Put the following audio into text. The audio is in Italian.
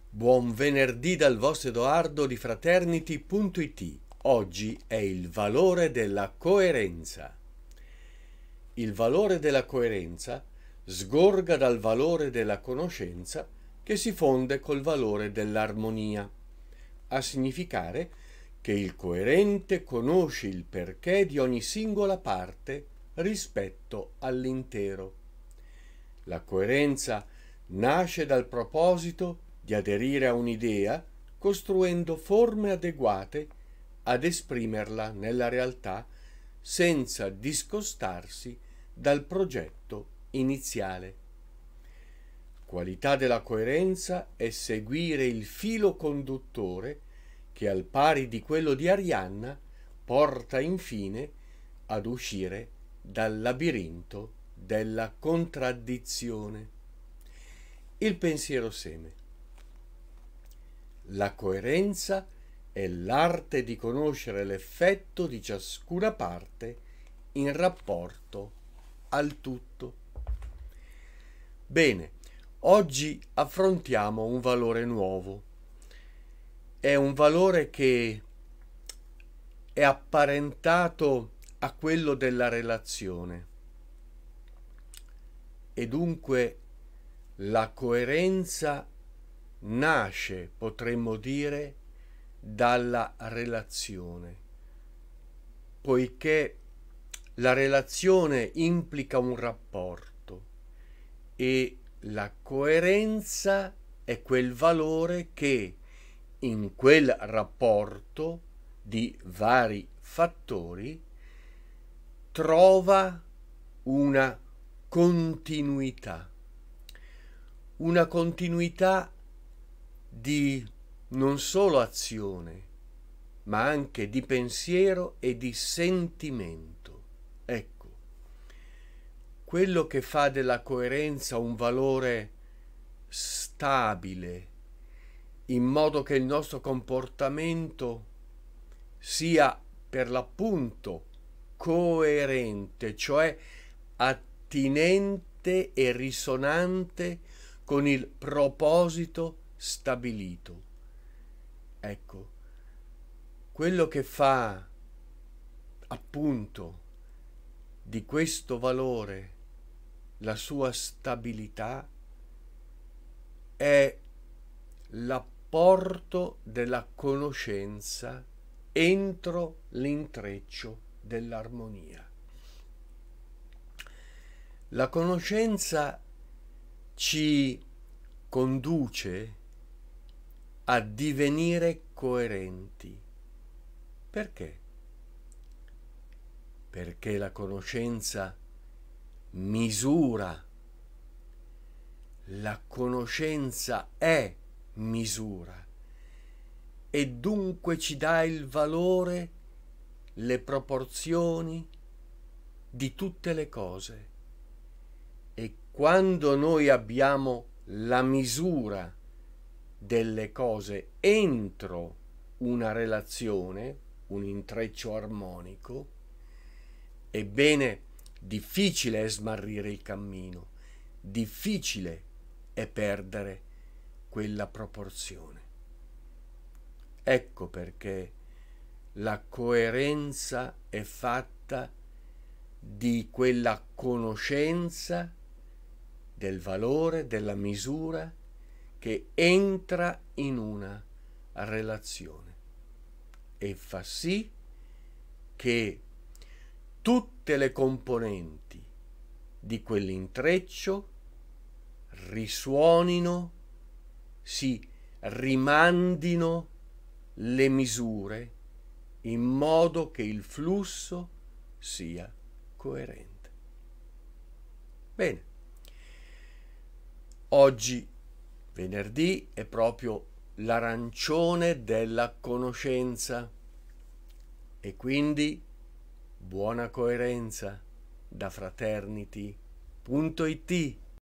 Buon venerdì dal vostro Edoardo di Fraternity.it. Oggi è il valore della coerenza. Il valore della coerenza sgorga dal valore della conoscenza che si fonde col valore dell'armonia, a significare che il coerente conosce il perché di ogni singola parte rispetto all'intero. La coerenza nasce dal proposito di aderire a un'idea costruendo forme adeguate ad esprimerla nella realtà senza discostarsi dal progetto iniziale. Qualità della coerenza è seguire il filo conduttore che, al pari di quello di Arianna, porta infine ad uscire dal labirinto della contraddizione. Il pensiero seme. La coerenza è l'arte di conoscere l'effetto di ciascuna parte in rapporto al tutto. Bene, oggi affrontiamo un valore nuovo. È un valore che è apparentato a quello della relazione e dunque la coerenza nasce, potremmo dire, dalla relazione, poiché la relazione implica un rapporto e la coerenza è quel valore che in quel rapporto di vari fattori trova una continuità di non solo azione, ma anche di pensiero e di sentimento. Ecco, quello che fa della coerenza un valore stabile, in modo che il nostro comportamento sia per l'appunto coerente, cioè attinente e risonante con il proposito stabilito. Ecco, quello che fa appunto di questo valore la sua stabilità è l'apporto della conoscenza entro l'intreccio dell'armonia. La conoscenza ci conduce a divenire coerenti. Perché? Perché la conoscenza misura. La conoscenza è misura e dunque ci dà il valore, le proporzioni di tutte le cose. E quando noi abbiamo la misura delle cose entro una relazione, un intreccio armonico, ebbene, difficile è smarrire il cammino, difficile è perdere quella proporzione. Ecco perché la coerenza è fatta di quella conoscenza del valore, della misura che entra in una relazione e fa sì che tutte le componenti di quell'intreccio risuonino, si rimandino le misure in modo che il flusso sia coerente. Bene, oggi venerdì è proprio l'arancione della conoscenza e quindi buona coerenza da Fraternity.it.